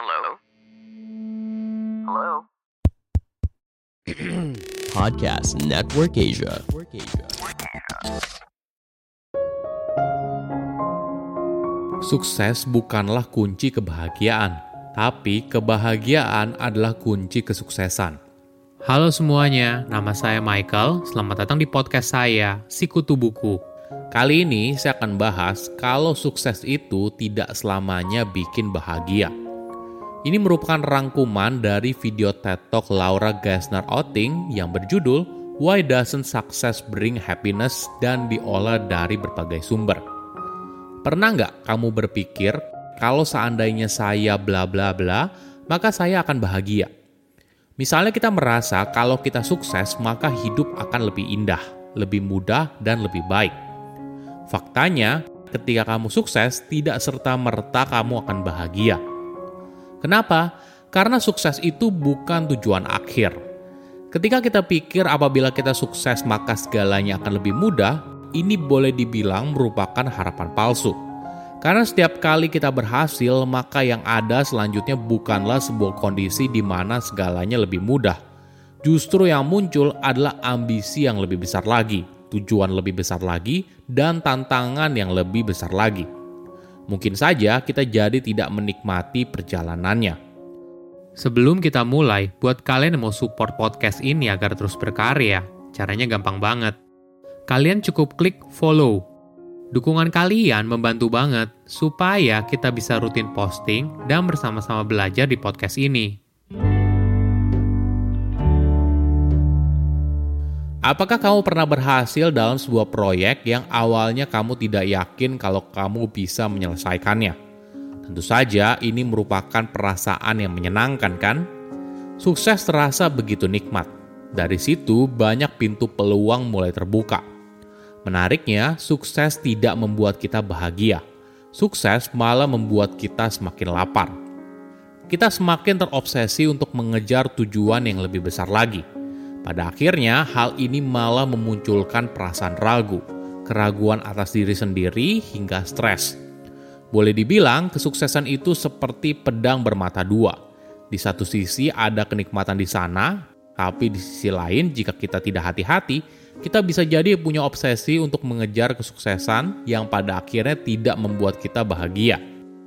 Hello? Hello? Podcast Network Asia. Sukses bukanlah kunci kebahagiaan, tapi kebahagiaan adalah kunci kesuksesan. Halo semuanya, nama saya Michael. Selamat datang di podcast saya, Sikutu Buku. Kali ini saya akan bahas kalau sukses itu tidak selamanya bikin bahagia. Ini merupakan rangkuman dari video TED Talk Laura Gessner Otting yang berjudul Why Doesn't Success Bring Happiness dan diolah dari berbagai sumber. Pernah nggak kamu berpikir kalau seandainya saya bla bla bla, maka saya akan bahagia? Misalnya kita merasa kalau kita sukses maka hidup akan lebih indah, lebih mudah, dan lebih baik. Faktanya, ketika kamu sukses, tidak serta-merta kamu akan bahagia. Kenapa? Karena sukses itu bukan tujuan akhir. Ketika kita pikir apabila kita sukses maka segalanya akan lebih mudah, ini boleh dibilang merupakan harapan palsu. Karena setiap kali kita berhasil, maka yang ada selanjutnya bukanlah sebuah kondisi di mana segalanya lebih mudah. Justru yang muncul adalah ambisi yang lebih besar lagi, tujuan lebih besar lagi, dan tantangan yang lebih besar lagi. Mungkin saja kita jadi tidak menikmati perjalanannya. Sebelum kita mulai, buat kalian yang mau support podcast ini agar terus berkarya, caranya gampang banget. Kalian cukup klik follow. Dukungan kalian membantu banget supaya kita bisa rutin posting dan bersama-sama belajar di podcast ini. Apakah kamu pernah berhasil dalam sebuah proyek yang awalnya kamu tidak yakin kalau kamu bisa menyelesaikannya? Tentu saja ini merupakan perasaan yang menyenangkan, kan? Sukses terasa begitu nikmat. Dari situ banyak pintu peluang mulai terbuka. Menariknya, sukses tidak membuat kita bahagia. Sukses malah membuat kita semakin lapar. Kita semakin terobsesi untuk mengejar tujuan yang lebih besar lagi. Pada akhirnya, hal ini malah memunculkan perasaan ragu, keraguan atas diri sendiri, hingga stres. Boleh dibilang, kesuksesan itu seperti pedang bermata dua. Di satu sisi ada kenikmatan di sana, tapi di sisi lain, jika kita tidak hati-hati, kita bisa jadi punya obsesi untuk mengejar kesuksesan yang pada akhirnya tidak membuat kita bahagia.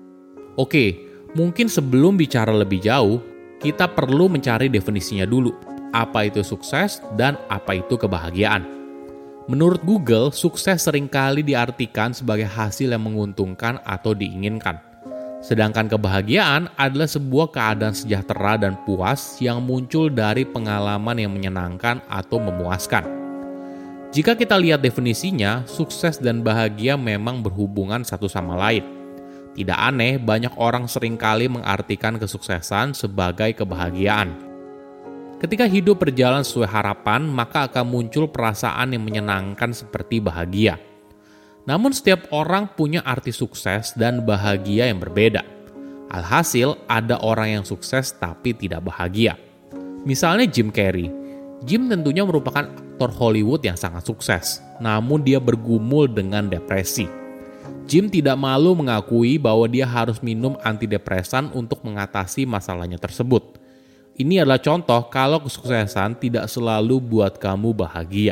Oke, mungkin sebelum bicara lebih jauh, kita perlu mencari definisinya dulu. Apa itu sukses dan apa itu kebahagiaan? Menurut Google, sukses seringkali diartikan sebagai hasil yang menguntungkan atau diinginkan. Sedangkan kebahagiaan adalah sebuah keadaan sejahtera dan puas yang muncul dari pengalaman yang menyenangkan atau memuaskan. Jika kita lihat definisinya, sukses dan bahagia memang berhubungan satu sama lain. Tidak aneh, banyak orang seringkali mengartikan kesuksesan sebagai kebahagiaan. Ketika hidup berjalan sesuai harapan, maka akan muncul perasaan yang menyenangkan seperti bahagia. Namun setiap orang punya arti sukses dan bahagia yang berbeda. Alhasil, ada orang yang sukses tapi tidak bahagia. Misalnya Jim Carrey. Jim tentunya merupakan aktor Hollywood yang sangat sukses, namun dia bergumul dengan depresi. Jim tidak malu mengakui bahwa dia harus minum antidepresan untuk mengatasi masalahnya tersebut. Ini adalah contoh kalau kesuksesan tidak selalu buat kamu bahagia.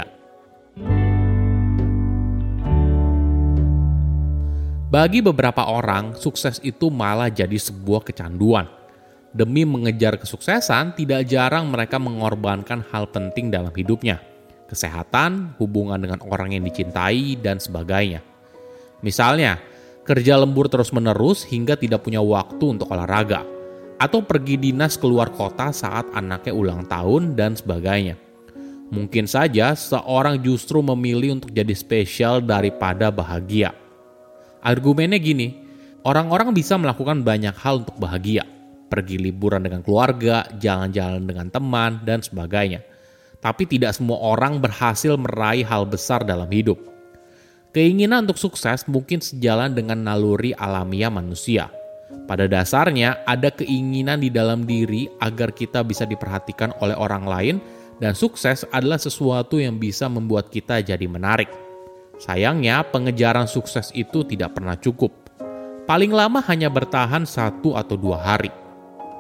Bagi beberapa orang, sukses itu malah jadi sebuah kecanduan. Demi mengejar kesuksesan, tidak jarang mereka mengorbankan hal penting dalam hidupnya. Kesehatan, hubungan dengan orang yang dicintai, dan sebagainya. Misalnya, kerja lembur terus-menerus hingga tidak punya waktu untuk olahraga. Atau pergi dinas keluar kota saat anaknya ulang tahun, dan sebagainya. Mungkin saja seorang justru memilih untuk jadi spesial daripada bahagia. Argumennya gini, orang-orang bisa melakukan banyak hal untuk bahagia. Pergi liburan dengan keluarga, jalan-jalan dengan teman, dan sebagainya. Tapi tidak semua orang berhasil meraih hal besar dalam hidup. Keinginan untuk sukses mungkin sejalan dengan naluri alamiah manusia. Pada dasarnya, ada keinginan di dalam diri agar kita bisa diperhatikan oleh orang lain, dan sukses adalah sesuatu yang bisa membuat kita jadi menarik. Sayangnya, pengejaran sukses itu tidak pernah cukup. Paling lama hanya bertahan 1 atau 2 hari.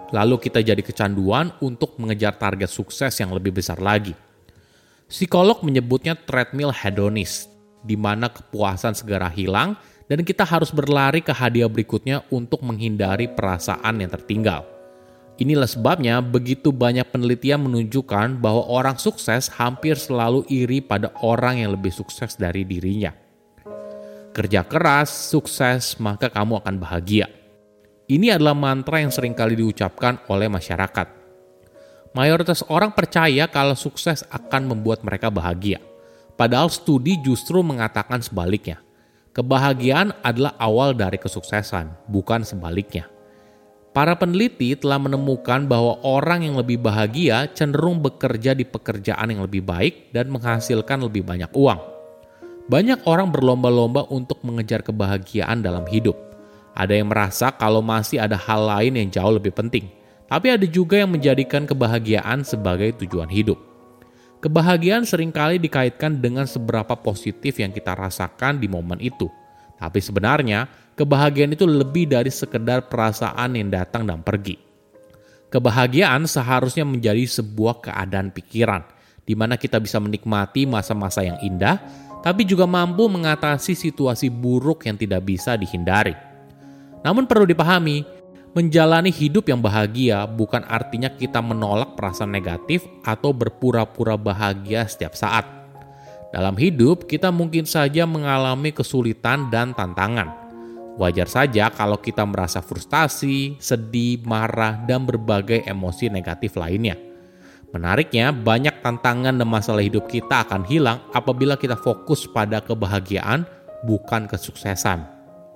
Lalu kita jadi kecanduan untuk mengejar target sukses yang lebih besar lagi. Psikolog menyebutnya treadmill hedonis, di mana kepuasan segera hilang dan kita harus berlari ke hadiah berikutnya untuk menghindari perasaan yang tertinggal. Inilah sebabnya begitu banyak penelitian menunjukkan bahwa orang sukses hampir selalu iri pada orang yang lebih sukses dari dirinya. Kerja keras, sukses, maka kamu akan bahagia. Ini adalah mantra yang seringkali diucapkan oleh masyarakat. Mayoritas orang percaya kalau sukses akan membuat mereka bahagia. Padahal studi justru mengatakan sebaliknya. Kebahagiaan adalah awal dari kesuksesan, bukan sebaliknya. Para peneliti telah menemukan bahwa orang yang lebih bahagia cenderung bekerja di pekerjaan yang lebih baik dan menghasilkan lebih banyak uang. Banyak orang berlomba-lomba untuk mengejar kebahagiaan dalam hidup. Ada yang merasa kalau masih ada hal lain yang jauh lebih penting, tapi ada juga yang menjadikan kebahagiaan sebagai tujuan hidup. Kebahagiaan seringkali dikaitkan dengan seberapa positif yang kita rasakan di momen itu. Tapi sebenarnya, kebahagiaan itu lebih dari sekedar perasaan yang datang dan pergi. Kebahagiaan seharusnya menjadi sebuah keadaan pikiran, di mana kita bisa menikmati masa-masa yang indah, tapi juga mampu mengatasi situasi buruk yang tidak bisa dihindari. Namun perlu dipahami, menjalani hidup yang bahagia bukan artinya kita menolak perasaan negatif atau berpura-pura bahagia setiap saat. Dalam hidup, kita mungkin saja mengalami kesulitan dan tantangan. Wajar saja kalau kita merasa frustasi, sedih, marah, dan berbagai emosi negatif lainnya. Menariknya, banyak tantangan dan masalah hidup kita akan hilang apabila kita fokus pada kebahagiaan, bukan kesuksesan.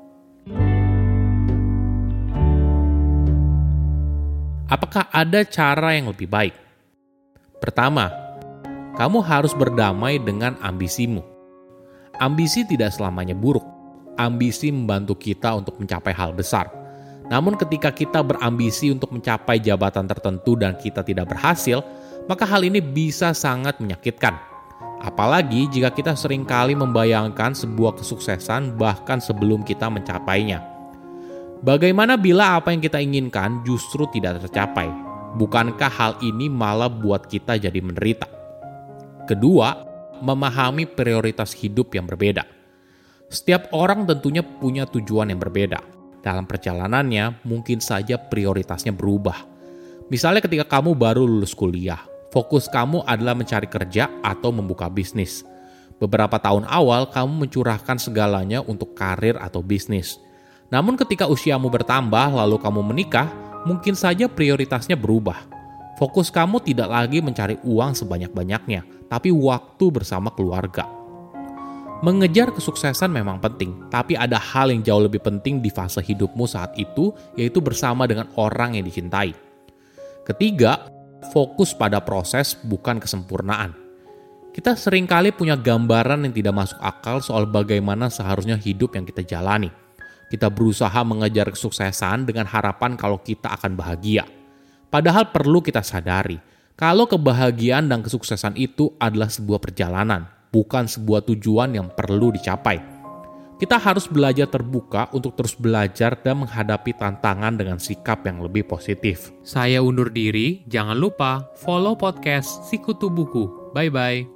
Apakah ada cara yang lebih baik? Pertama, kamu harus berdamai dengan ambisimu. Ambisi tidak selamanya buruk. Ambisi membantu kita untuk mencapai hal besar. Namun ketika kita berambisi untuk mencapai jabatan tertentu dan kita tidak berhasil, maka hal ini bisa sangat menyakitkan. Apalagi jika kita seringkali membayangkan sebuah kesuksesan bahkan sebelum kita mencapainya. Bagaimana bila apa yang kita inginkan justru tidak tercapai? Bukankah hal ini malah buat kita jadi menderita? Kedua, memahami prioritas hidup yang berbeda. Setiap orang tentunya punya tujuan yang berbeda. Dalam perjalanannya, mungkin saja prioritasnya berubah. Misalnya ketika kamu baru lulus kuliah, fokus kamu adalah mencari kerja atau membuka bisnis. Beberapa tahun awal, kamu mencurahkan segalanya untuk karir atau bisnis. Namun ketika usiamu bertambah lalu kamu menikah, mungkin saja prioritasnya berubah. Fokus kamu tidak lagi mencari uang sebanyak-banyaknya, tapi waktu bersama keluarga. Mengejar kesuksesan memang penting, tapi ada hal yang jauh lebih penting di fase hidupmu saat itu, yaitu bersama dengan orang yang dicintai. Ketiga, fokus pada proses bukan kesempurnaan. Kita seringkali punya gambaran yang tidak masuk akal soal bagaimana seharusnya hidup yang kita jalani. Kita berusaha mengejar kesuksesan dengan harapan kalau kita akan bahagia. Padahal perlu kita sadari, kalau kebahagiaan dan kesuksesan itu adalah sebuah perjalanan, bukan sebuah tujuan yang perlu dicapai. Kita harus belajar terbuka untuk terus belajar dan menghadapi tantangan dengan sikap yang lebih positif. Saya undur diri, jangan lupa follow podcast Sikutu Buku. Bye-bye.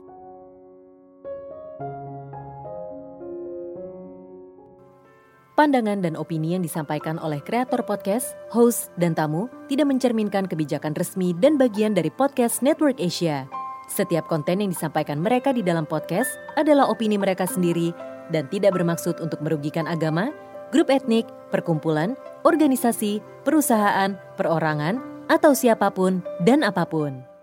Pandangan dan opini yang disampaikan oleh kreator podcast, host, dan tamu tidak mencerminkan kebijakan resmi dan bagian dari podcast Network Asia. Setiap konten yang disampaikan mereka di dalam podcast adalah opini mereka sendiri dan tidak bermaksud untuk merugikan agama, grup etnik, perkumpulan, organisasi, perusahaan, perorangan, atau siapapun dan apapun.